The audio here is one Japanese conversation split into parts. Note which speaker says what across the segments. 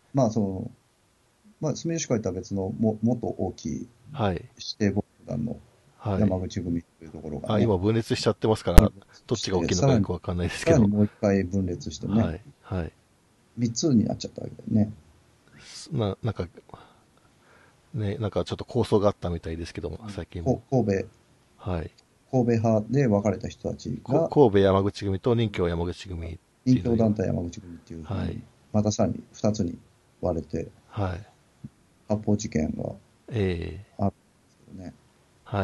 Speaker 1: まあ、住吉会とは別のもっと大きい
Speaker 2: はい。
Speaker 1: 指定暴力団の
Speaker 2: はい。
Speaker 1: 山口組というところが
Speaker 2: あ、
Speaker 1: ね、
Speaker 2: 今分裂しちゃってますから、
Speaker 1: 分裂
Speaker 2: どっちが大
Speaker 1: して、
Speaker 2: きいのかよくわかんないですけど。
Speaker 1: さらにもう一回分裂してね、
Speaker 2: はい。はい。
Speaker 1: 三つになっちゃったわけだよね。
Speaker 2: なんか、ね、なんかちょっと構想があったみたいですけども、
Speaker 1: うん、
Speaker 2: 最近も。はい。
Speaker 1: 神戸派で分かれた人たちが、
Speaker 2: 神戸山口組と任京山口組って
Speaker 1: 任
Speaker 2: いうので今。
Speaker 1: 教団体山口組っていうふう
Speaker 2: はい。
Speaker 1: に、またさらに二つに割れて、
Speaker 2: はい。
Speaker 1: 発砲事件が
Speaker 2: ええ、
Speaker 1: あるんですけどね。
Speaker 2: はい。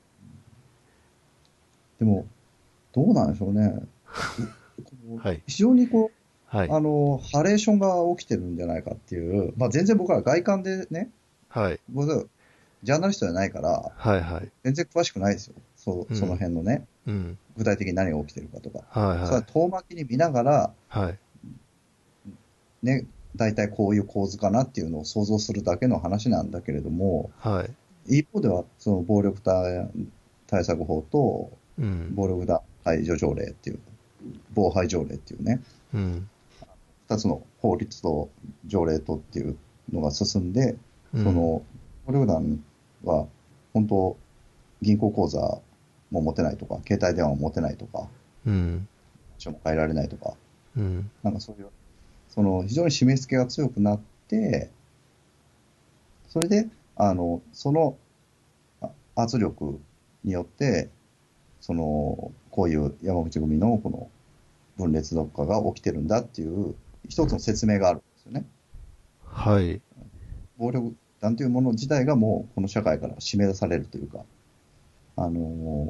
Speaker 1: でも、どうなんでしょうね。
Speaker 2: はい。
Speaker 1: 非常に
Speaker 2: はい。
Speaker 1: ハレーションが起きてるんじゃないかっていう、まあ全然僕ら外観でね、
Speaker 2: はい。
Speaker 1: 僕はジャーナリストじゃないから、
Speaker 2: はい。はい。
Speaker 1: 全然詳しくないですよ。その
Speaker 2: うん。
Speaker 1: 辺のね、
Speaker 2: うん。
Speaker 1: 具体的に何が起きてるかとか。
Speaker 2: はい。
Speaker 1: それは
Speaker 2: はい。
Speaker 1: 遠巻きに見ながら、
Speaker 2: はい。
Speaker 1: ね、大体こういう構図かなっていうのを想像するだけの話なんだけれども、
Speaker 2: はい。
Speaker 1: 一方では、その暴力対策法と、
Speaker 2: うん。
Speaker 1: 暴力団排除条例っていう、防排条例っていうね、
Speaker 2: うん。
Speaker 1: 二つの法律と条例とっていうのが進んで、
Speaker 2: うん。
Speaker 1: 暴力団は、本当、銀行口座も持てないとか、携帯電話も持てないとか、
Speaker 2: うん。
Speaker 1: 場所も変えられないとか、
Speaker 2: うん。
Speaker 1: なんかそういう、非常に締め付けが強くなって、それで、その圧力によって、こういう山口組のこの分裂とかが起きてるんだっていう一つの説明があるんですよね。
Speaker 2: はい。
Speaker 1: 暴力団というもの自体がもうこの社会から締め出されるというか、あの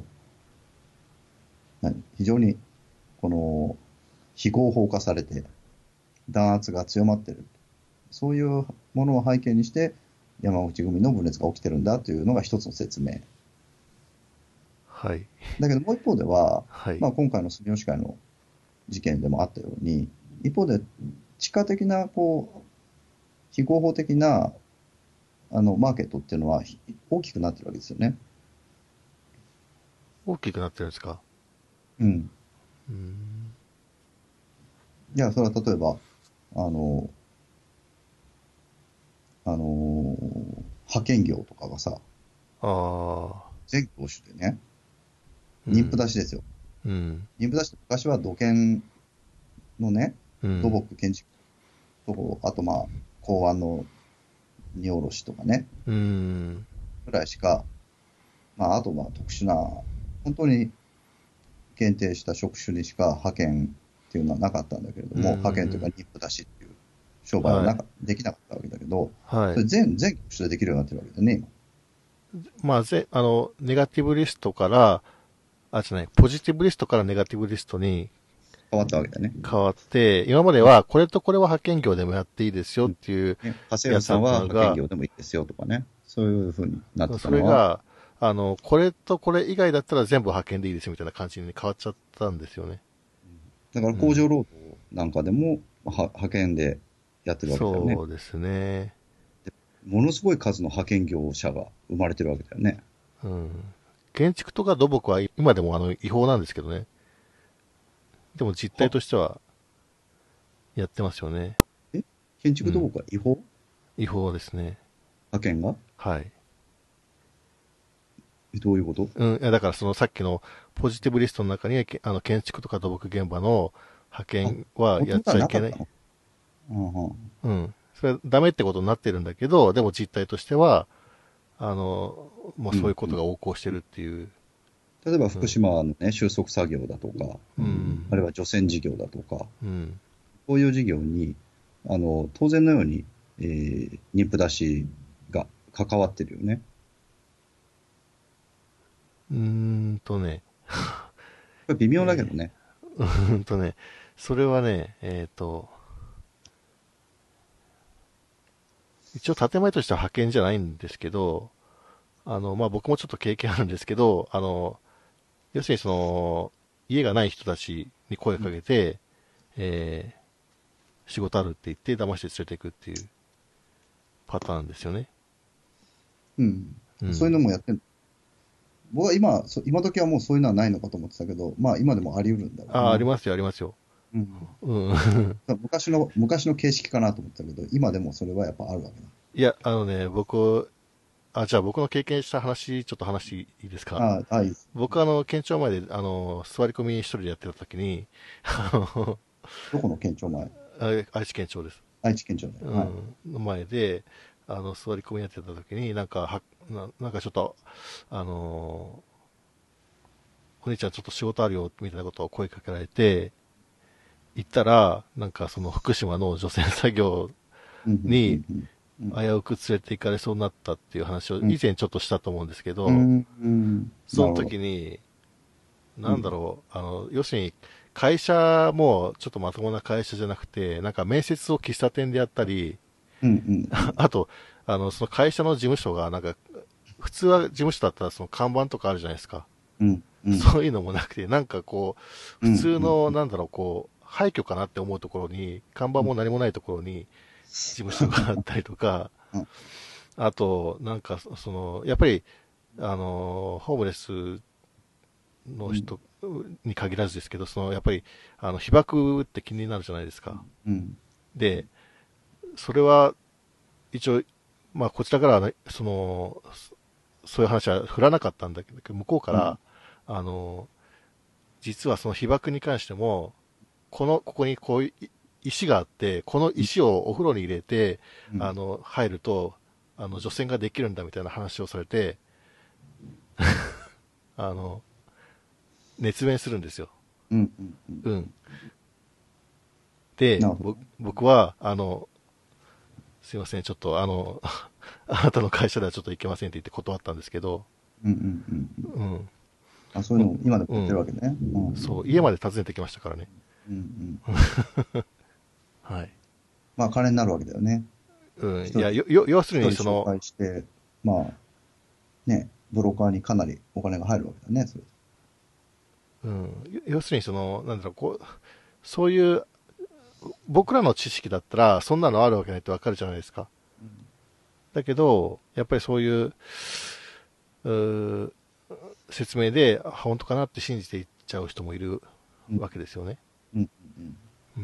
Speaker 1: 非常にこの非合法化されて弾圧が強まっている。そういうものを背景にして山口組の分裂が起きてるんだというのが一つの説明。
Speaker 2: はい。
Speaker 1: だけどもう一方では、
Speaker 2: はい。
Speaker 1: まあ、今回の住吉会の事件でもあったように、一方で地下的な非合法的なマーケットっていうのは大きくなってるわけですよね。
Speaker 2: 大きくなってるんですか？
Speaker 1: うん。
Speaker 2: うーん。
Speaker 1: いや、それは例えば、あの、派遣業とかがさ、
Speaker 2: ああ。
Speaker 1: 全業種でね、妊婦
Speaker 2: うん。
Speaker 1: 出しですよ。
Speaker 2: うん。
Speaker 1: 妊婦出しって昔は土建のね、土
Speaker 2: うん。
Speaker 1: 木建築と、あとまあ、港湾の荷下ろしとかね、
Speaker 2: うん。
Speaker 1: ぐらいしか、まあ、あとまあ特殊な、本当に限定した職種にしか派遣っていうのはなかったんだけれど
Speaker 2: う
Speaker 1: も、派遣というか
Speaker 2: ん。
Speaker 1: 妊婦出しっていう商売は
Speaker 2: はい。
Speaker 1: できなかったわけだけど、
Speaker 2: はい。
Speaker 1: それ全業種でできるようになってるわけだよね、今。
Speaker 2: まあ、ネガティブリストから、じゃない、ポジティブリストからネガティブリストに
Speaker 1: 変わったわけだね。
Speaker 2: 変わって、今まで
Speaker 1: うん。
Speaker 2: はこれとこれは派遣業でもやっていいですよ
Speaker 1: うん。
Speaker 2: っていう
Speaker 1: ね、家政婦
Speaker 2: やつだった
Speaker 1: さんは派遣
Speaker 2: のが、
Speaker 1: 業でもいいですよとかね。そういうふうになってたのは、
Speaker 2: それが、これとこれ以外だったら全部派遣でいいですみたいな感じに変わっちゃったんですよね。
Speaker 1: だから
Speaker 2: うん。
Speaker 1: 工場労働なんかでも派遣でやってるわけだよね。
Speaker 2: そうですね。
Speaker 1: ものすごい数の派遣業者が生まれてるわけだよね。
Speaker 2: うん。建築とか土木は今でも違法なんですけどね。でも実態
Speaker 1: は、
Speaker 2: としてはやってますよね。
Speaker 1: え建築土
Speaker 2: うん。
Speaker 1: 木は違法？
Speaker 2: 違法ですね。
Speaker 1: 派遣が？
Speaker 2: はい。
Speaker 1: どういうこと？
Speaker 2: うん。いやだからそのさっきのポジティブリストの中には、建築とか土木現場の派
Speaker 1: あ、
Speaker 2: 遣はやっ
Speaker 1: もともとは
Speaker 2: ちゃいけない。
Speaker 1: なかったの？うんうん。
Speaker 2: うん。それはダメってことになってるんだけど、でも実態としては、もうそういうこと
Speaker 1: うんうん。
Speaker 2: が横行してるっていう。
Speaker 1: 例えば福
Speaker 2: うん。
Speaker 1: 島のね、収束作業だとか、
Speaker 2: うん。
Speaker 1: あるいは除染事業だとか、
Speaker 2: うん。
Speaker 1: こういう事業に、当然のように、妊婦出しが関わってるよね。
Speaker 2: うーね。
Speaker 1: これ微妙だけど
Speaker 2: え
Speaker 1: ね。
Speaker 2: ね。それはね、一応建前としては派遣じゃないんですけど、まあ、僕もちょっと経験あるんですけど、要するに家がない人たちに声を
Speaker 1: うん。
Speaker 2: かけて、え仕事あるって言って騙して連れていくっていうパターンですよね。
Speaker 1: うん。そういうの
Speaker 2: うん。
Speaker 1: もやってる。僕は今時はもうそういうのはないのかと思ってたけど、まあ今でもあり得るんだろう
Speaker 2: あ、あり
Speaker 1: な。
Speaker 2: ますよ、ありますよ。
Speaker 1: うん。
Speaker 2: うん。
Speaker 1: 昔の形式かなと思ったけど、今でもそれはやっぱあるわけだ。
Speaker 2: いや、じゃあ僕の経験した話、ちょっと話していいですか？
Speaker 1: いいです。
Speaker 2: 僕県庁前で、座り込み一人でやってた時に、あの、
Speaker 1: どこの県庁前？
Speaker 2: 愛知県庁です。
Speaker 1: 愛知県庁で。はい。
Speaker 2: の前で、座り込みやってた時に、なんかちょっと、あの、お姉ちゃんちょっと仕事あるよ、みたいなことを声かけられて、行ったら、なんかその福島の除染作業
Speaker 1: うん、う
Speaker 2: に
Speaker 1: ん、うん、うん。
Speaker 2: 危うく連れて行かれそうになったっていう話を
Speaker 1: うん、
Speaker 2: 以前ちょっとしたと思うんですけど、
Speaker 1: うん、うん。
Speaker 2: その
Speaker 1: なるほど。
Speaker 2: 時に、
Speaker 1: うん、
Speaker 2: 要するに、会社もちょっとまともな会社じゃなくて、なんか面接を喫茶店でやったり、
Speaker 1: うん、うん、
Speaker 2: あと、その会社の事務所が、なんか、普通は事務所だったらその看板とかあるじゃないですか。
Speaker 1: うん、うん、
Speaker 2: そういうのもなくて、なんかこう、
Speaker 1: うん、
Speaker 2: 普通
Speaker 1: うん。
Speaker 2: の、廃墟かなって思うところに、看板も何もないところに事務所があったりとか、
Speaker 1: うん、
Speaker 2: あと、やっぱり、ホームレス
Speaker 1: うん、
Speaker 2: の人に限らずですけど、やっぱり、被爆って気になるじゃないですか。
Speaker 1: うん、
Speaker 2: で、それは、一応、まあ、こちらからはね、そういう話は振らなかったんだけど、向こうか
Speaker 1: うん、
Speaker 2: ら、あの、実はその被爆に関しても、ここにこういう石があって、この石をお風呂に入れて、
Speaker 1: うん、
Speaker 2: 入ると、除染ができるんだみたいな話をされて、あの、熱弁するんですよ。
Speaker 1: うん、うん、うん。
Speaker 2: うん。で、
Speaker 1: なるほどね。
Speaker 2: 僕は、すいません、ちょっとあなたの会社ではちょっと行けませんって言って断ったんですけど、
Speaker 1: うん、うん、うん。うん。
Speaker 2: うん。
Speaker 1: あ、そういうのを今でもやってる
Speaker 2: うん。
Speaker 1: わけね。うん、
Speaker 2: そう、家まで訪ねてきましたからね。
Speaker 1: うん、うん。
Speaker 2: はい。
Speaker 1: まあ、金になるわけだよね。
Speaker 2: うん。いや、
Speaker 1: 一人、
Speaker 2: 要するに、
Speaker 1: 一人紹介して、まあ、ね、ブローカーにかなりお金が入るわけだね、それ。
Speaker 2: うん。要するに、そういう、僕らの知識だったら、そんなのあるわけないってわかるじゃないですか。
Speaker 1: うん、
Speaker 2: だけど、やっぱりそういう、うー説明で、本当かなって信じていっちゃう人もいる
Speaker 1: うん、
Speaker 2: わけですよね。
Speaker 1: うん、うん。
Speaker 2: うん。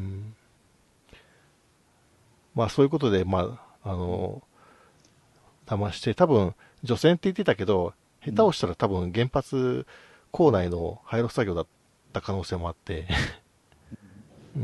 Speaker 2: まあそういうことで、
Speaker 1: うん、
Speaker 2: 騙して、多分、除染って言ってたけど、下手を
Speaker 1: うん。
Speaker 2: したら多分原発構内の廃炉作業だった可能性もあって、うん。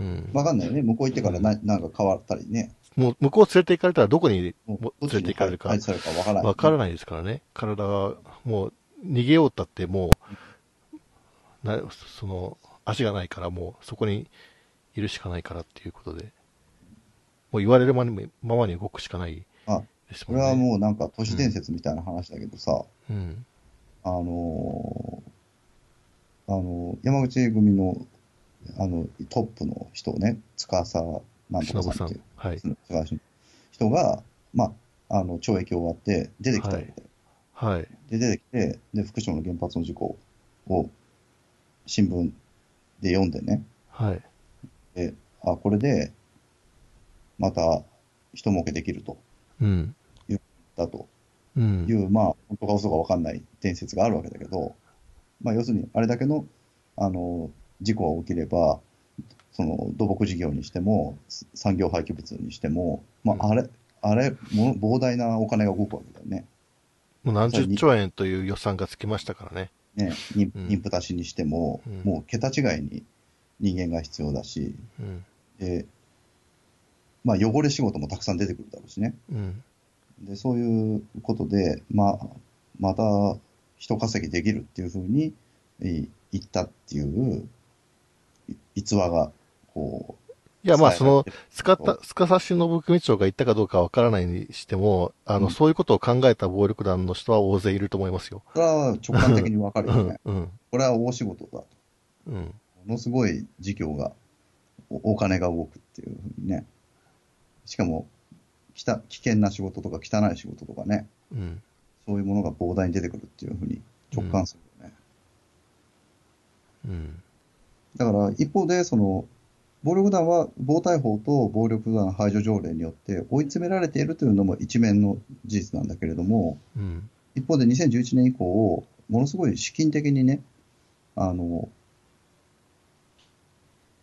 Speaker 1: わかんないよね。向こう行ってから
Speaker 2: うん。
Speaker 1: なんか変わったりね。
Speaker 2: もう向こう連れて行かれたらどこに
Speaker 1: もう、
Speaker 2: 連
Speaker 1: どっちに
Speaker 2: れて行かれるか
Speaker 1: 配置されるかわからないよね。
Speaker 2: わからないですからね。体がもう逃げようったっても
Speaker 1: うん、
Speaker 2: う、足がないからもうそこにいるしかないからっていうことで、もう言われるままに動くしかない
Speaker 1: あ、
Speaker 2: です
Speaker 1: これは
Speaker 2: もんね。
Speaker 1: もうなんか都市伝
Speaker 2: うん。
Speaker 1: 説みたいな話だけどさ、
Speaker 2: うん。
Speaker 1: あの山口組の、トップの人をね、司なんとかさんっていう、
Speaker 2: 忍さん。はい。
Speaker 1: その司の人が、まあ、懲役終わって出てきた
Speaker 2: はい。
Speaker 1: わけだよ。
Speaker 2: はい。
Speaker 1: で、出てきて、で、福島の原発の事故を新聞で読んでね、
Speaker 2: はい。
Speaker 1: で、これでまた人儲けできると
Speaker 2: うん。
Speaker 1: 言ったと
Speaker 2: うん。
Speaker 1: いう、まあ、本当か嘘かわかんない伝説があるわけだけど、まあ、要するに、あれだけの、事故が起きれば、その土木事業にしても、産業廃棄物にしても、まあ、
Speaker 2: うん。
Speaker 1: 膨大なお金が動くわけだよね。
Speaker 2: もう何十
Speaker 1: それに、
Speaker 2: 兆円という予算がつきましたからね。
Speaker 1: ね、
Speaker 2: うん。
Speaker 1: 妊婦出しにしても、
Speaker 2: うん。
Speaker 1: もう桁違いに人間が必要だし、
Speaker 2: うん。
Speaker 1: で、まあ、汚れ仕事もたくさん出てくるだろうしね。
Speaker 2: うん。
Speaker 1: で、そういうことで、まあ、また人稼ぎできるっていうふうに言ったっていう逸話が、こう、
Speaker 2: いや、まあ、
Speaker 1: 伝えられてるんですけど、
Speaker 2: 司信組長が言ったかどうかわからないにしても、
Speaker 1: うん。
Speaker 2: そういうことを考えた暴力団の人は大勢いると思いますよ。
Speaker 1: それは直感的にわかる
Speaker 2: うん、
Speaker 1: よね。
Speaker 2: うん、
Speaker 1: これは大仕事だと。
Speaker 2: うん、
Speaker 1: ものすごい事業が、お金が動くっていうふうにね。しかも、危険な仕事とか汚い仕事とかね、
Speaker 2: うん、
Speaker 1: そういうものが膨大に出てくるっていうふうに直感
Speaker 2: うん、
Speaker 1: するよね。
Speaker 2: うん、
Speaker 1: だから、一方で、暴力団は暴対法と暴力団排除条例によって追い詰められているというのも一面の事実なんだけれども、
Speaker 2: うん、
Speaker 1: 一方で2011年以降、ものすごい資金的にね、あの、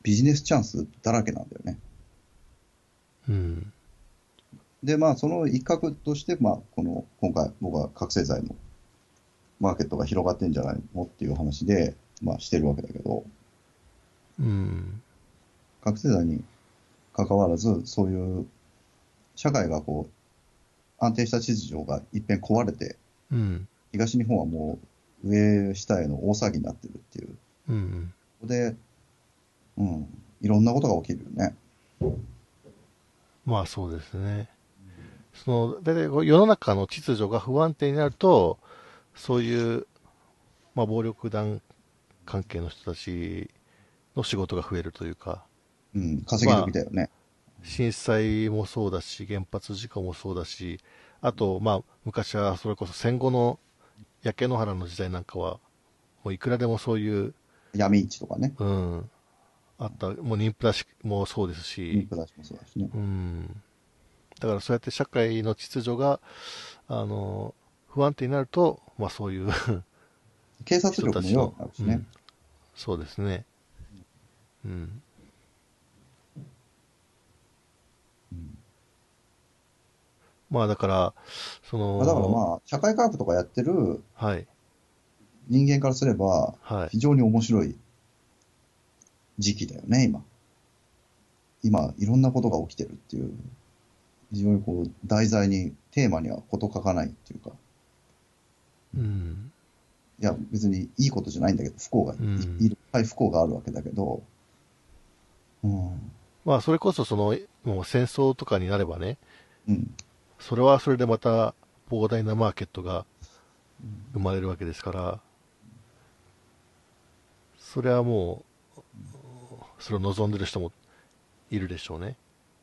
Speaker 1: ビジネスチャンスだらけなんだよね。
Speaker 2: うん。
Speaker 1: で、まあ、その一角として、まあ、今回僕は覚醒剤のマーケットが広がってんじゃないのっていう話で、まあ、してるわけだけど、
Speaker 2: うん。
Speaker 1: 覚醒剤に関わらず、そういう社会が安定した秩序が一遍壊れて、
Speaker 2: うん。
Speaker 1: 東日本はもう上下への大騒ぎになってるっていう。
Speaker 2: うん。
Speaker 1: ここで、うん、いろんなことが起きるよね。
Speaker 2: まあそうですね。大体こう世の中の秩序が不安定になると、そういう、まあ暴力団関係の人たちの仕事が増えるというか、
Speaker 1: うん、稼ぎ時
Speaker 2: まあ
Speaker 1: だよね。
Speaker 2: 震災もそうだし、原発事故もそうだし、あと、まあ昔はそれこそ戦後の焼け野原の時代なんかは、もういくらでもそういう、
Speaker 1: 闇市とかね。
Speaker 2: うん、あった、もう妊婦出しもそうですし、
Speaker 1: 妊婦出しもそうだしね。
Speaker 2: うん、だからそうやって社会の秩序が、あの、不安定になると、まあそういう
Speaker 1: 警察力も弱
Speaker 2: 人たちの、
Speaker 1: くなるしね。
Speaker 2: うん、そうですね。うん。
Speaker 1: うん、
Speaker 2: まあだから、そ
Speaker 1: まあ、だから
Speaker 2: の、
Speaker 1: まあ、社会科学とかやってる
Speaker 2: はい、
Speaker 1: 人間からすれば、
Speaker 2: はい。
Speaker 1: 非常に面白い時期だよね、今。今、いろんなことが起きてるっていう、非常に題材に、テーマには事欠かないっていうか、
Speaker 2: うん、
Speaker 1: いや、別にいいことじゃないんだけど、不幸が
Speaker 2: うん。
Speaker 1: いっぱい不幸があるわけだけど、うん、
Speaker 2: まあそれこそもう戦争とかになればね、
Speaker 1: うん、
Speaker 2: それはそれでまた膨大なマーケットが生まれるわけですから、それはもう、それを望んでる人もいるでしょうね。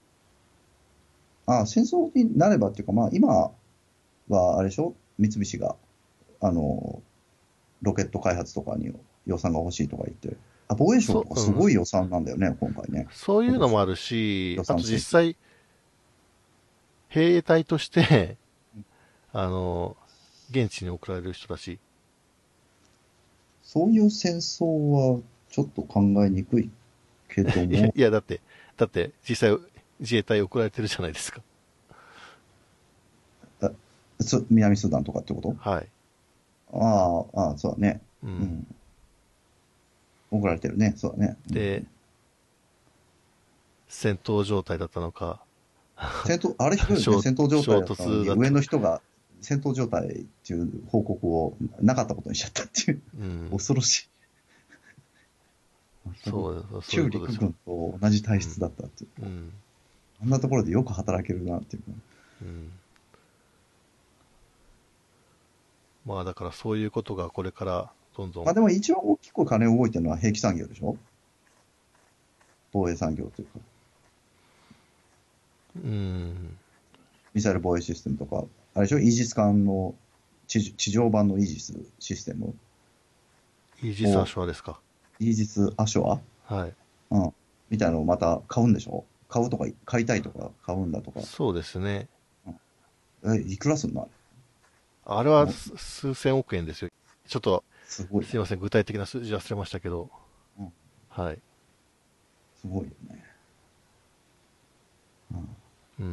Speaker 1: 戦争になればっていうか、まあ、今は、あれでしょ、三菱が、あの、ロケット開発とかに予算が欲しいとか言って、防衛省とか
Speaker 2: うん。
Speaker 1: すごい予算なんだよね、今回ね。
Speaker 2: そういう
Speaker 1: 今年、
Speaker 2: のもあるし、
Speaker 1: 予
Speaker 2: あと
Speaker 1: 算請求。
Speaker 2: 実際、兵隊としてあの、現地に送られる人たち。
Speaker 1: そういう戦争はちょっと考えにくいけど
Speaker 2: いや、
Speaker 1: も、
Speaker 2: いやだって実際自衛隊送られてるじゃないですか。
Speaker 1: あ南スーダンとかってこと？
Speaker 2: はい。
Speaker 1: そうだね。
Speaker 2: うん。
Speaker 1: うん。送られてるね。そうだね。うん。
Speaker 2: で、戦闘状態だったのか、
Speaker 1: あれひどいよね。戦闘状
Speaker 2: 衝
Speaker 1: 態だったのに、上
Speaker 2: 突だった。
Speaker 1: の人が戦闘状態っていう報告をなかったことにしちゃったっていう。
Speaker 2: うん。
Speaker 1: 恐ろしい。全く
Speaker 2: そういう
Speaker 1: 旧
Speaker 2: ことですよ。
Speaker 1: 陸軍と同じ体質
Speaker 2: うん。
Speaker 1: だったっていう。
Speaker 2: うん。
Speaker 1: あんなところでよく働けるなっていう。
Speaker 2: うん。まあだからそういうことがこれからどんどん、
Speaker 1: まあでも一番大きく金動いてるのは兵器産業でしょ？防衛産業というか。
Speaker 2: うん。
Speaker 1: ミサイル防衛システムとか、あれでしょ、イージス艦の地上版のイージスシステム
Speaker 2: イージス・ア
Speaker 1: を、
Speaker 2: ショアですか。
Speaker 1: イージス・アショア、
Speaker 2: はい。
Speaker 1: うん、みたいなのをまた買うんでしょ？買うとか、買いたいとか、買うんだとか。
Speaker 2: そうですね。
Speaker 1: いくらすんのあれ。
Speaker 2: あれは
Speaker 1: もう、
Speaker 2: 数千億円ですよ。ちょっと、
Speaker 1: すごいね。
Speaker 2: すいません、具体的な数字忘れましたけど、
Speaker 1: うん、
Speaker 2: はい。
Speaker 1: すごいよね。うん、
Speaker 2: うん。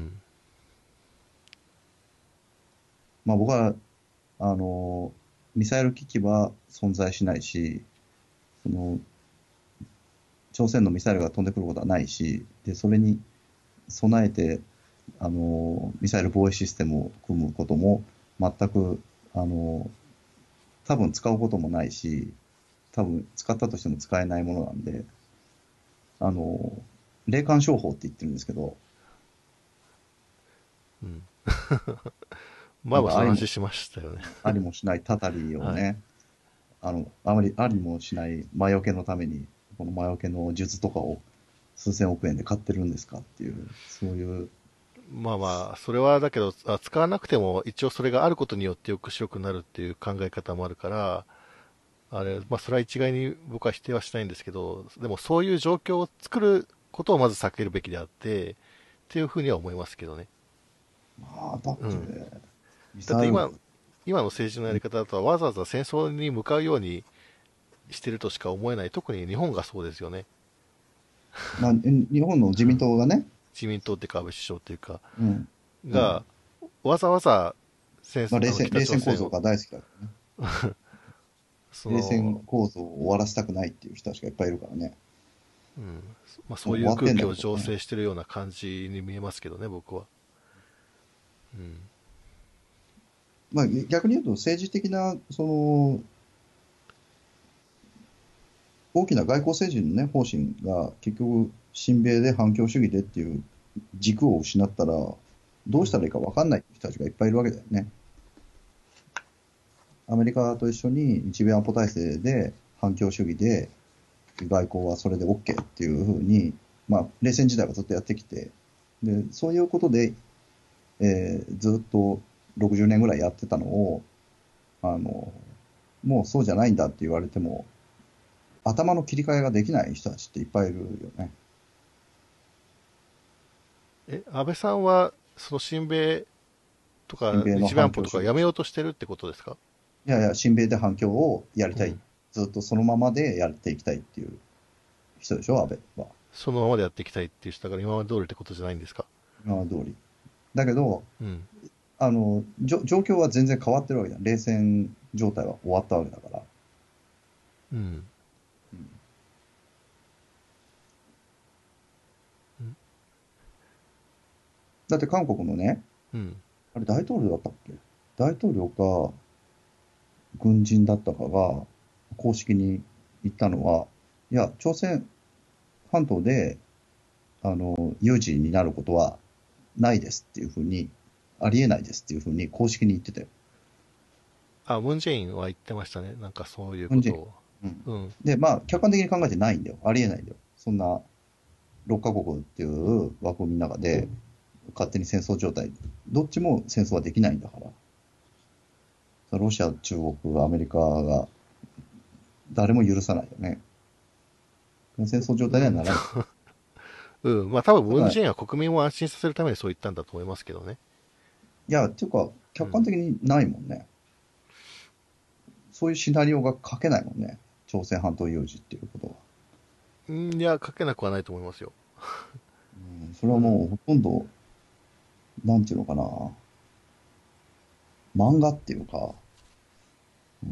Speaker 1: まあ僕は、ミサイル機器は存在しないし、その、朝鮮のミサイルが飛んでくることはないし、で、それに備えて、ミサイル防衛システムを組むことも全く、あの、多分使うこともないし、多分使ったとしても使えないものなんで、あの、霊感商法って言ってるんですけど、
Speaker 2: うん。前
Speaker 1: なん
Speaker 2: もその
Speaker 1: かありも、
Speaker 2: 話しましたよね。
Speaker 1: ありもしないたたりを
Speaker 2: はい。
Speaker 1: ね、あまりありもしない魔除けのために、この魔除けの術とかを数千億円で買ってるんですかっていう、そういう、
Speaker 2: まあまあ、それはだけど、使わなくても一応それがあることによって抑止力になるっていう考え方もあるから、あれ、まあそれは一概に僕は否定はしないんですけど、でもそういう状況を作ることをまず避けるべきであって、っていうふうには思いますけどね。
Speaker 1: まあ、だって、
Speaker 2: うん。
Speaker 1: ミサイル、
Speaker 2: だって今の政治のやり方だとわざわざ戦争に向かうようにしてるとしか思えない。特に日本がそうですよね。
Speaker 1: まあ、日本の自民党がね、
Speaker 2: 自民党っていうか安倍首相っていうか、
Speaker 1: うん、うん。
Speaker 2: が、わざわざ
Speaker 1: まあ、
Speaker 2: 北
Speaker 1: 冷戦構
Speaker 2: 朝鮮を、
Speaker 1: 造が大好きだからね。
Speaker 2: そ
Speaker 1: 冷戦
Speaker 2: の、
Speaker 1: 構造を終わらせたくないっていう人たちがいっぱいいるからね。
Speaker 2: うん、まあ、そういう
Speaker 1: もう終わってんだ
Speaker 2: 空気を
Speaker 1: けどね。
Speaker 2: 醸成してるような感じに見えますけどね、僕は。うん。
Speaker 1: まあ、逆に言うと政治的な、大きな外交政治のね、方針が結局、親米で反共主義でっていう軸を失ったら、ど
Speaker 2: うん。
Speaker 1: うしたらいいか分かんない人たちがいっぱいいるわけだよね。アメリカと一緒に日米安保体制で反共主義で外交はそれで OK っていうふうに、まあ、冷戦時代はずっとやってきて、で、そういうことで、ずっと60年ぐらいやってたのを、あの、もうそうじゃないんだって言われても、頭の切り替えができない人たちっていっぱいいるよね。
Speaker 2: 安倍さんは、その親米とか
Speaker 1: 親米の
Speaker 2: 日米安保
Speaker 1: 反共
Speaker 2: とかやめよう
Speaker 1: 主義です。
Speaker 2: としてるってことですか？
Speaker 1: いやいや、親米で反共をやりたい。
Speaker 2: うん。
Speaker 1: ずっとそのままでやっていきたいっていう人でしょ、安倍は。
Speaker 2: そのままでやっていきたいっていう人だから今まで通りってことじゃないんですか？
Speaker 1: 今まで通り。だけど、
Speaker 2: うん。
Speaker 1: 状況は全然変わってるわけだ。冷戦状態は終わったわけだから。
Speaker 2: うん。
Speaker 1: うん、
Speaker 2: うん。
Speaker 1: だって韓国のね、
Speaker 2: うん。
Speaker 1: あれ大統領だったっけ？大統領か軍人だったかが公式に言ったのは、いや、朝鮮半島で、有事になることはないですっていうふうに、ありえないですっていうふうに公式に言ってたよ。
Speaker 2: あ、ムンジェインは言ってましたね。なんかそういう
Speaker 1: 軍人。
Speaker 2: ことを。
Speaker 1: うん。
Speaker 2: うん。
Speaker 1: で、まあ、客観的に考えてないんだよ。ありえないんだよ。そんな6カ国っていう枠組みの中で、勝手に戦争状態、どっちも戦争はできないんだから。ロシア、中国、アメリカが誰も許さないよね。戦争状態には
Speaker 2: うん。
Speaker 1: ならない。
Speaker 2: うん。まあ多分
Speaker 1: ただ、い
Speaker 2: ムンジェインは国民を安心させるためにそう言ったんだと思いますけどね。
Speaker 1: や、っていうか、
Speaker 2: うん。
Speaker 1: 客観的にないもんね。そういうシナリオが書けないもんね。朝鮮半島有事っていうことは。
Speaker 2: うん、いや、書けなくはないと思いますよ。
Speaker 1: うん、それ
Speaker 2: うん。
Speaker 1: はもうほとんど、なんていうのかな。漫画っていうか、うん、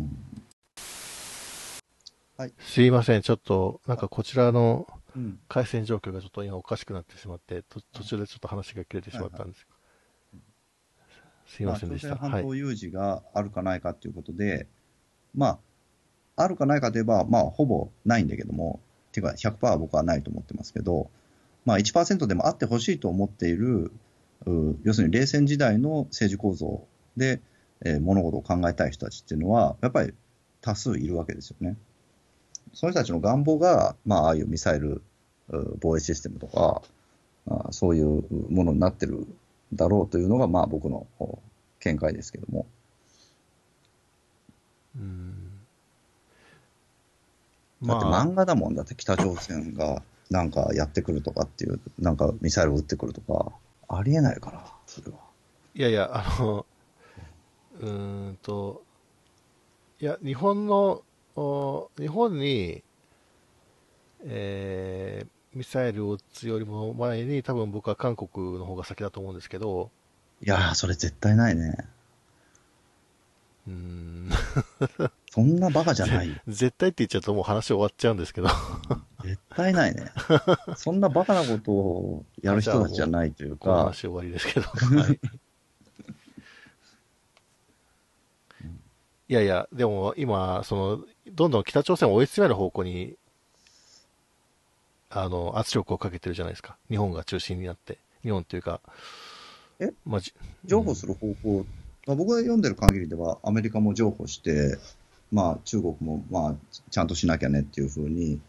Speaker 1: はい。
Speaker 2: すいません。ちょっと、なん
Speaker 1: あ、
Speaker 2: かこちらの
Speaker 1: うん。
Speaker 2: 回線状況がちょっと今おかしくなってしまって、途中でちょっと話が切れてし
Speaker 1: はいはい。
Speaker 2: まったんです。すいま
Speaker 1: まあ、
Speaker 2: せんでした。
Speaker 1: 朝鮮半
Speaker 2: はい。
Speaker 1: 島有事があるかないかっていうことで、まあ、あるかないかといえば、まあ、ほぼないんだけども、っていうか100%僕はないと思ってますけど、まあ1%でもあってほしいと思っている、要するに冷戦時代の政治構造で、物事を考えたい人たちっていうのは、やっぱり多数いるわけですよね。その人たちの願望が、まあ、ああいうミサイル防衛システムとか、そういうものになってるだろうというのが、まあ僕の見解ですけども。
Speaker 2: うん。
Speaker 1: だって
Speaker 2: まあ、
Speaker 1: 漫画だもん。だって北朝鮮がなんかやってくるとかっていう、なんかミサイルを撃ってくるとか、ありえないから、それは。
Speaker 2: いやいや、いや、日本に、ミサイルを撃つよりも前に多分僕は韓国の方が先だと思うんですけど、
Speaker 1: いやー、それ絶対ないね。
Speaker 2: うーん、
Speaker 1: そんなバカじゃないよ。
Speaker 2: 絶対って言っちゃうともう話終わっちゃうんですけど、
Speaker 1: 絶対ないね。そんなバカなことをや
Speaker 2: あ、
Speaker 1: る人たちじゃ
Speaker 2: じゃあもう、
Speaker 1: ないというか、
Speaker 2: この話終わりですけど、はい。いやいや、でも今、どんどん北朝鮮を追い詰める方向に、圧力をかけてるじゃないですか。日本が中心になって。日本というか、
Speaker 1: え
Speaker 2: まあ、うん。
Speaker 1: 譲歩する方向、まあ、僕が読んでる限りでは、アメリカも譲歩して、まあ、中国も、まあ、ちゃんとしなきゃねっていうふうに、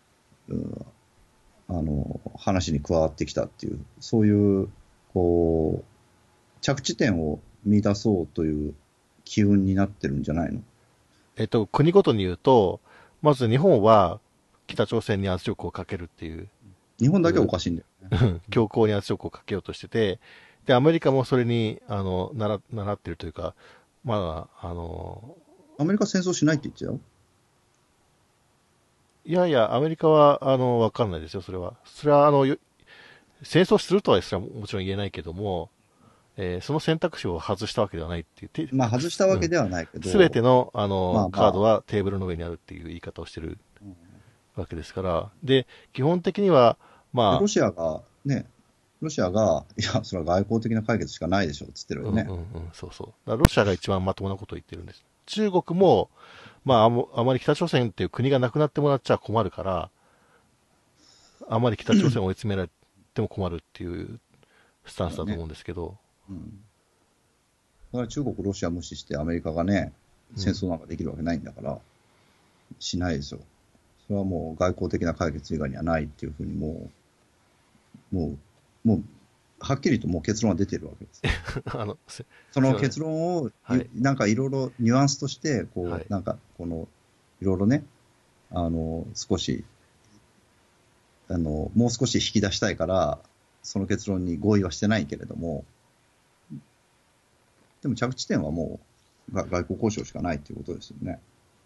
Speaker 1: 話に加わってきたっていう、そういう、こう、着地点を見出そうという機運になってるんじゃないの？
Speaker 2: 国ごとに言うと、まず日本は北朝鮮に圧力をかけるっていう、
Speaker 1: 日本だけお
Speaker 2: う
Speaker 1: かしいんだよね。
Speaker 2: 強硬に圧力をかけようとしてて、で、アメリカもそれに、習ってるというか、まあ、
Speaker 1: アメリカ戦争しないって言っちゃうよ。
Speaker 2: いやいや、アメリカは、わかんないですよ、それは。それは、戦争するとはすらもちろん言えないけども、その選択肢を外したわけではないっていう、
Speaker 1: まあ、外したわ
Speaker 2: うん。
Speaker 1: けではないけ
Speaker 2: すべ
Speaker 1: ど、
Speaker 2: ての、
Speaker 1: まあまあ、
Speaker 2: カードはテーブルの上にあるっていう言い方をしてる
Speaker 1: うん、
Speaker 2: わけですから、で、基本的には、
Speaker 1: で、ロ
Speaker 2: ま
Speaker 1: シアがね、ロシアが、いや、それは外交的な解決しかないでしょ、つってる
Speaker 2: あ、
Speaker 1: よね。
Speaker 2: そうそう。だからロシアが一番まともなことを言ってるんです。中国も、まあ、あまり北朝鮮っていう国がなくなってもらっちゃ困るから、あまり北朝鮮を追い詰められても困るっていうスタンスだと思
Speaker 1: そうだね。
Speaker 2: うんですけど、
Speaker 1: うん。だから中国、ロシア無視してアメリカがね、
Speaker 2: うん。
Speaker 1: 戦争なんかできるわけないんだから、しないですよ。それはもう外交的な解決以外にはないっていうふうにもう、はっきりともう結論が出てるわけです。その
Speaker 2: すいません。
Speaker 1: 結論を
Speaker 2: はい。
Speaker 1: なんかいろいろニュアンスとして、
Speaker 2: はい。
Speaker 1: なんかいろいろね、少し、もう少し引き出したいから、その結論に合意はしてないけれども、でも着地点はもう外交交渉しかないっていうことですよね。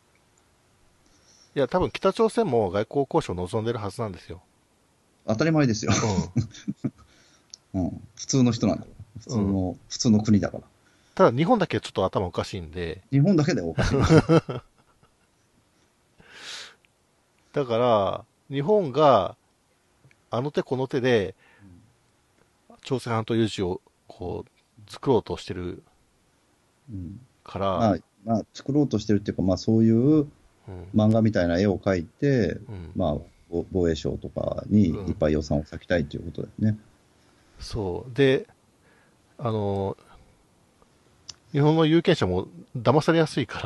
Speaker 2: いや、多分北朝鮮も外交交渉を望んでるはずなんですよ。
Speaker 1: 当たり前ですよ。
Speaker 2: うん。
Speaker 1: うん。普通の人なんだから。
Speaker 2: うん。
Speaker 1: 普通の国だから。
Speaker 2: ただ日本だけちょっと頭おかしいんで、
Speaker 1: 日本だけでおかしいんですよ。
Speaker 2: だから、日本があの手この手で朝鮮半島有事をこう作ろうとしてる
Speaker 1: うん。
Speaker 2: から、
Speaker 1: まあ、作ろうとしてるっていうか、まあ、そういう
Speaker 2: うん、
Speaker 1: 漫画みたいな絵を描いて、
Speaker 2: うん、
Speaker 1: まあ、防衛省とかにいっ
Speaker 2: うん。
Speaker 1: ぱい予算を割きたいということだよね。
Speaker 2: そう。で、あの、日本の有権者も騙されやすいから、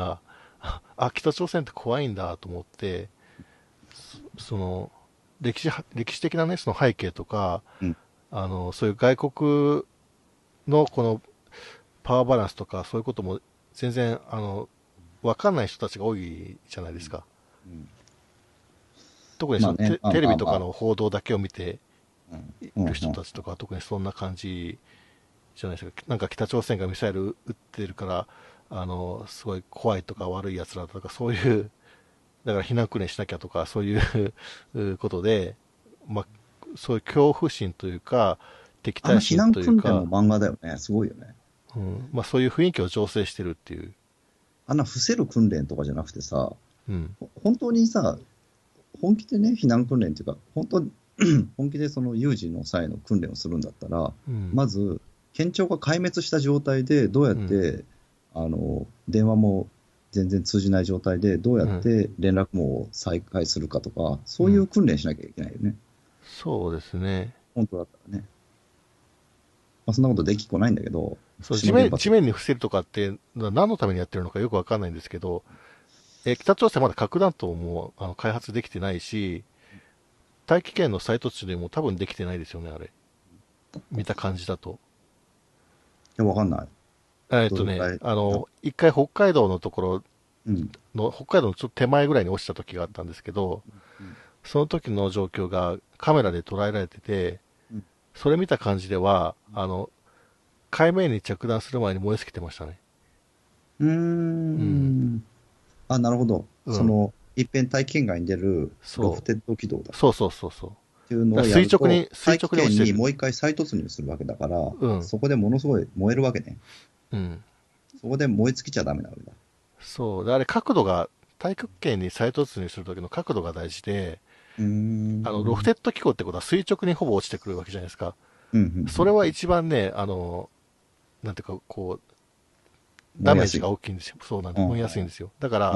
Speaker 2: あ、北朝鮮って怖いんだと思って、その、歴史的なね、その背景とか、
Speaker 1: うん。
Speaker 2: そういう外国のこのパワーバランスとか、そういうことも全然、わかんない人たちが多いじゃないですか。
Speaker 1: うん。
Speaker 2: 特に
Speaker 1: まあね、まあ
Speaker 2: テレビと
Speaker 1: まあまあ。
Speaker 2: かの報道だけを見て
Speaker 1: うん。
Speaker 2: い
Speaker 1: うん。
Speaker 2: る人たちとか、特にそんな感じじゃないですか。なんか北朝鮮がミサイル撃ってるから、すごい怖いとか悪い奴らだとか、そういう、だから避難訓練しなきゃとか、そういうことで、まあ、そういう恐怖心というか、敵
Speaker 1: あの
Speaker 2: 対心
Speaker 1: 避難
Speaker 2: というか、
Speaker 1: 訓練も漫画だよね。すごいよね。
Speaker 2: うん、まあそういう雰囲気を醸成してるっていう。
Speaker 1: あんな伏せる訓練とかじゃなくてさ、
Speaker 2: うん。
Speaker 1: 本当にさ、本気でね、避難訓練っていうか、本当に本気でその有事の際の訓練をするんだったら、
Speaker 2: うん。
Speaker 1: まず、県庁が壊滅した状態で、どうやっ
Speaker 2: うん。
Speaker 1: て、電話も全然通じない状態で、どうや
Speaker 2: うん。
Speaker 1: って連絡網を再開するかとか、そういう
Speaker 2: うん。
Speaker 1: 訓練しなきゃいけないよね。
Speaker 2: そうですね。
Speaker 1: 本当だったらね。まあ、そんなことできっこないんだけど、
Speaker 2: そう、
Speaker 1: 福島原発。
Speaker 2: 地面に伏せるとかって何のためにやってるのかよくわかんないんですけど、北朝鮮まだ核弾頭も開発できてないし、大気圏の再突入でも多分できてないですよね、あれ。見た感じだと。
Speaker 1: いや、わかんない。どれくらいだ。
Speaker 2: 一回北海道のところ
Speaker 1: うん。
Speaker 2: 北海道のちょっと手前ぐらいに落ちた時があったんですけど、
Speaker 1: うん。
Speaker 2: その時の状況がカメラで捉えられてて、
Speaker 1: うん。
Speaker 2: それ見た感じでは、海面に着弾する前に燃え尽きてましたね。
Speaker 1: うー
Speaker 2: うん。
Speaker 1: ん。あ、なるほど。
Speaker 2: うん。
Speaker 1: 一遍大気圏外に出るロフ
Speaker 2: そ
Speaker 1: テッド軌道だ。
Speaker 2: う。そうそうそうそう。
Speaker 1: っていうのをや
Speaker 2: だから
Speaker 1: ると、
Speaker 2: 垂
Speaker 1: 大気圏
Speaker 2: 直に落ちてる。
Speaker 1: にもう一回再突入するわけだから、
Speaker 2: うん。
Speaker 1: そこでものすごい燃えるわけね。
Speaker 2: うん。
Speaker 1: そこで燃え尽きちゃダメなわけだ。
Speaker 2: そう。で、あれ角度が、太極圏に再突入する時の角度が大事で、
Speaker 1: うー
Speaker 2: ロフ
Speaker 1: ん。
Speaker 2: テッド機構ってことは垂直にほぼ落ちてくるわけじゃないですか。
Speaker 1: うん、うん、
Speaker 2: それは
Speaker 1: うん。
Speaker 2: 一番ね、なんていうか、ダメージが
Speaker 1: 燃えやすい。
Speaker 2: 大きいんですよ。そうなんです。
Speaker 1: うん、
Speaker 2: 燃えやすいんですよ。だから、
Speaker 1: うん、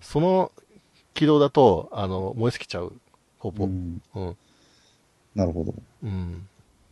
Speaker 2: その軌道だと、燃え尽きちゃう。ほぼ。
Speaker 1: うん。
Speaker 2: うん。
Speaker 1: なるほど。
Speaker 2: うん。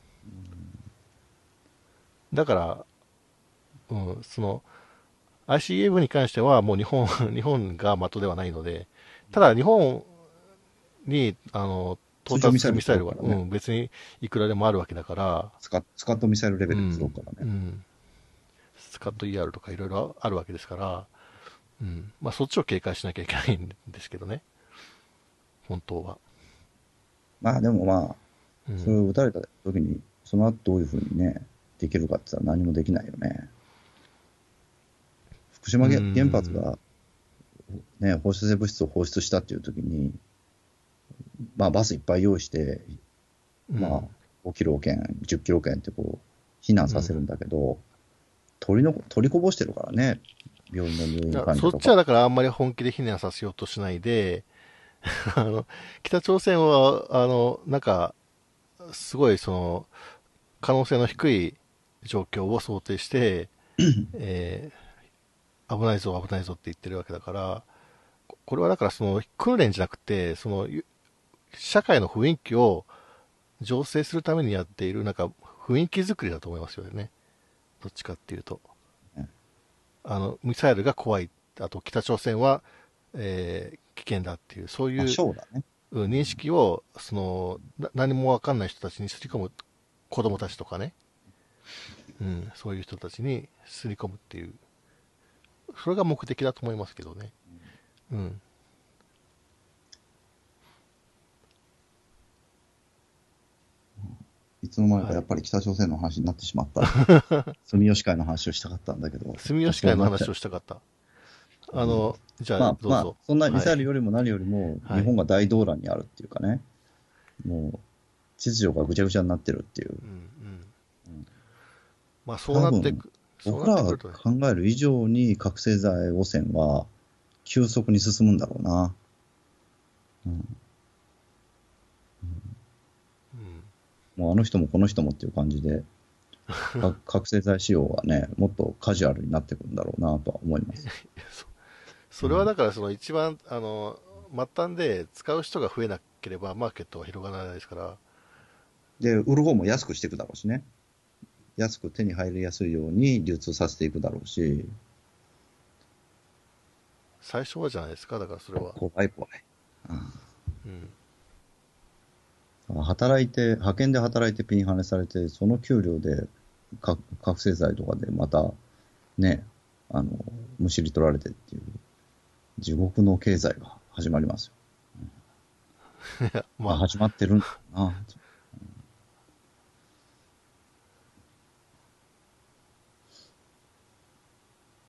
Speaker 2: だから、うん、ICBM に関してはもう日本が的ではないので、ただ日本に、到
Speaker 1: 通常
Speaker 2: 達す
Speaker 1: ミサイル
Speaker 2: るミサイルは、
Speaker 1: 届くからね。
Speaker 2: 別にいくらでもあるわけだから、
Speaker 1: スカットミサイルレベルで
Speaker 2: うん、
Speaker 1: 届くからね。
Speaker 2: うん、スカット ER とかいろいろあるわけですから、うん、まあそっちを警戒しなきゃいけないんですけどね、本当は。
Speaker 1: まあでもまあ、それ
Speaker 2: うん、
Speaker 1: を撃たれた時に、その後どういうふうにね、できるかって言ったら何もできないよね。福
Speaker 2: う
Speaker 1: 島原発
Speaker 2: ん、
Speaker 1: がね、放射性物質を放出したっていう時に、 まあバスいっぱい用意して、
Speaker 2: うん、
Speaker 1: まあ5キロ券、10キロ券ってこう、避難させるんだけど、取りこぼしてるからね、病院の入院患者とか。
Speaker 2: そっちはだからあんまり本気で避難させようとしないで、北朝鮮は、なんか、すごい可能性の低い状況を想定して、え危ないぞ、危ないぞって言ってるわけだから、これはだから訓練じゃなくて、社会の雰囲気を醸成するためにやっている、なんか雰囲気作りだと思いますよね。どっちかっていうと。ミサイルが怖い。あと、北朝鮮は、危険だっていう、そう
Speaker 1: まあ、
Speaker 2: いう
Speaker 1: ショーだね。
Speaker 2: 認識を、何もわかんない人たちにすり込む、子供たちとかね、うん、そういう人たちにすり込むっていう、それが目的だと思いますけどね。うん。
Speaker 1: いつの間にか
Speaker 2: はい。
Speaker 1: やっぱり北朝鮮の話になってしまった。住吉会の話をしたかったんだけど、
Speaker 2: 住吉会の話
Speaker 1: そうなっちゃう。
Speaker 2: をしたかった。
Speaker 1: うん、
Speaker 2: じゃあ、
Speaker 1: まあまあ、
Speaker 2: どうぞ。
Speaker 1: そんなミ
Speaker 2: はい。
Speaker 1: サイルよりも何よりも日
Speaker 2: はい。
Speaker 1: 本が大動乱にあるっていうかね、もう秩序がぐちゃぐちゃになってるっていう。
Speaker 2: うん、うん。
Speaker 1: うん、
Speaker 2: まあ、そう
Speaker 1: 多分、
Speaker 2: なってく、そう
Speaker 1: 僕らが
Speaker 2: なってくるとね。
Speaker 1: 考える以上に覚醒剤汚染は急速に進むんだろうな。うん、
Speaker 2: うん。
Speaker 1: もうあの人もこの人もっていう感じで、覚醒剤使用はね、もっとカジュアルになってくるんだろうなとは思います。
Speaker 2: それはだから一番、末端で使う人が増えなければマーケットは広がらないですから、
Speaker 1: で、売る方も安くしていくだろうしね。安く手に入りやすいように流通させていくだろうし、
Speaker 2: 最初はじゃないですか、だからそれは。
Speaker 1: 怖い怖い。
Speaker 2: うん。
Speaker 1: 働いて、派遣で働いてピンハネされて、その給料で覚醒剤とかでまたね、むしり取られてっていう地獄の経済が始まりますよ。まあ
Speaker 2: まあ、
Speaker 1: 始まってるんだな。